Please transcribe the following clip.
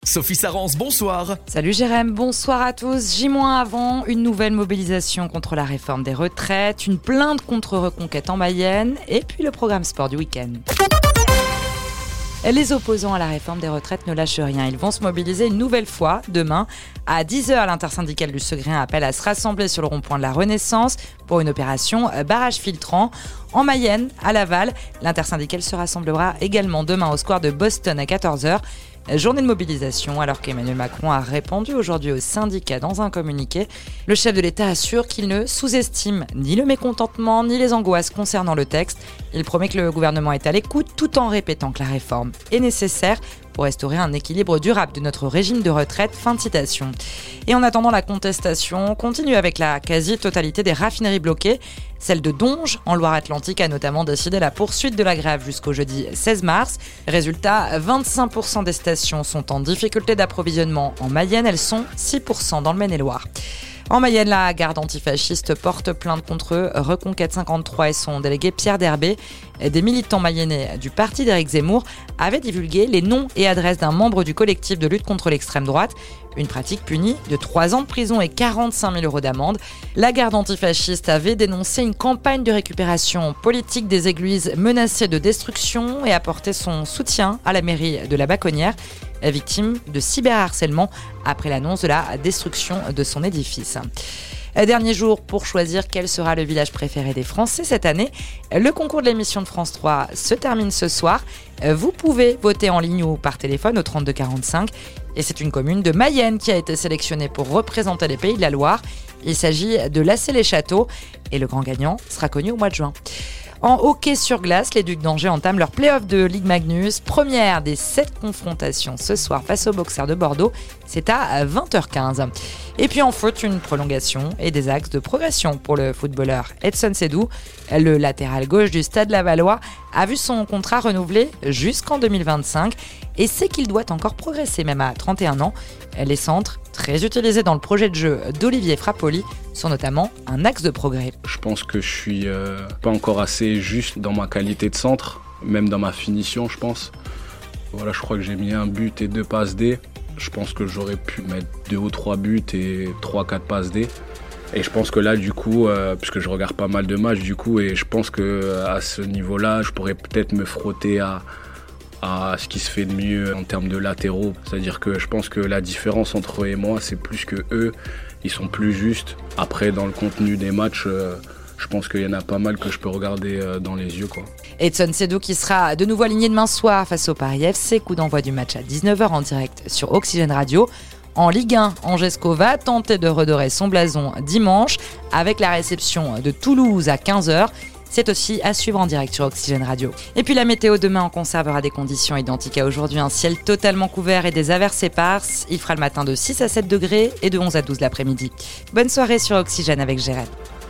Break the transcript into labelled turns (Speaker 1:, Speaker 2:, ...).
Speaker 1: Sophie Sarance, bonsoir.
Speaker 2: Salut Jérém, bonsoir à tous. J- avant, une nouvelle mobilisation contre la réforme des retraites, une plainte contre Reconquête en Mayenne et puis le programme sport du week-end. Les opposants à la réforme des retraites ne lâchent rien. Ils vont se mobiliser une nouvelle fois demain. À 10h, l'intersyndicale du Segrin appelle à se rassembler sur le rond-point de la Renaissance pour une opération barrage filtrant. En Mayenne, à Laval, l'intersyndicale se rassemblera également demain au square de Boston à 14h. Journée de mobilisation alors qu'Emmanuel Macron a répondu aujourd'hui aux syndicats dans un communiqué. Le chef de l'État assure qu'il ne sous-estime ni le mécontentement ni les angoisses concernant le texte. Il promet que le gouvernement est à l'écoute tout en répétant que la réforme est nécessaire pour restaurer un équilibre durable de notre régime de retraite. Fin de citation. Et en attendant, la contestation continue avec la quasi-totalité des raffineries bloquées. Celle de Donge, en Loire-Atlantique, a notamment décidé la poursuite de la grève jusqu'au jeudi 16 mars. Résultat, 25% des stations sont en difficulté d'approvisionnement. En Mayenne, elles sont 6% dans le Maine-et-Loire. En Mayenne, la garde antifasciste porte plainte contre Reconquête 53 et son délégué Pierre Derbé. Des militants mayennais du parti d'Éric Zemmour avaient divulgué les noms et adresses d'un membre du collectif de lutte contre l'extrême droite. Une pratique punie de 3 ans de prison et 45 000 € d'amende. La garde antifasciste avait dénoncé une campagne de récupération politique des églises menacées de destruction et apporté son soutien à la mairie de la Baconnière, victime de cyberharcèlement après l'annonce de la destruction de son édifice. Dernier jour pour choisir quel sera le village préféré des Français cette année. Le concours de l'émission de France 3 se termine ce soir. Vous pouvez voter en ligne ou par téléphone au 32 45. Et c'est une commune de Mayenne qui a été sélectionnée pour représenter les Pays de la Loire. Il s'agit de Lassay-les-Châteaux et le grand gagnant sera connu au mois de juin. En hockey sur glace, les Ducs d'Angers entament leur play-off de Ligue Magnus. Première des 7 confrontations ce soir face aux Boxers de Bordeaux. C'est à 20h15. Et puis en foot, une prolongation et des axes de progression pour le footballeur Edson Sédou. Le latéral gauche du Stade Lavallois a vu son contrat renouvelé jusqu'en 2025 et sait qu'il doit encore progresser même à 31 ans. Les centres, très utilisés dans le projet de jeu d'Olivier Frappoli, sont notamment un axe de progrès.
Speaker 3: Je pense que je suis pas encore assez juste dans ma qualité de centre, même dans ma finition, je pense. Voilà, je crois que j'ai mis 1 but et 2 passes D. Je pense que j'aurais pu mettre 2 ou 3 buts et 3-4 passes D. Et je pense que là, du coup, puisque je regarde pas mal de matchs, du coup, et je pense que à ce niveau-là, je pourrais peut-être me frotter à ce qui se fait de mieux en termes de latéraux. C'est-à-dire que je pense que la différence entre eux et moi, c'est plus que eux, ils sont plus justes. Après, dans le contenu des matchs, je pense qu'il y en a pas mal que je peux regarder dans les yeux, quoi.
Speaker 2: Edson Sédou qui sera de nouveau aligné demain soir face au Paris FC. Coup d'envoi du match à 19h en direct sur Oxygène Radio. En Ligue 1, Angesco va tenter de redorer son blason dimanche avec la réception de Toulouse à 15h. C'est aussi à suivre en direct sur Oxygène Radio. Et puis la météo, demain on conservera des conditions identiques à aujourd'hui. Un ciel totalement couvert et des averses éparses. Il fera le matin de 6 à 7 degrés et de 11 à 12 l'après-midi. Bonne soirée sur Oxygène avec Jérém.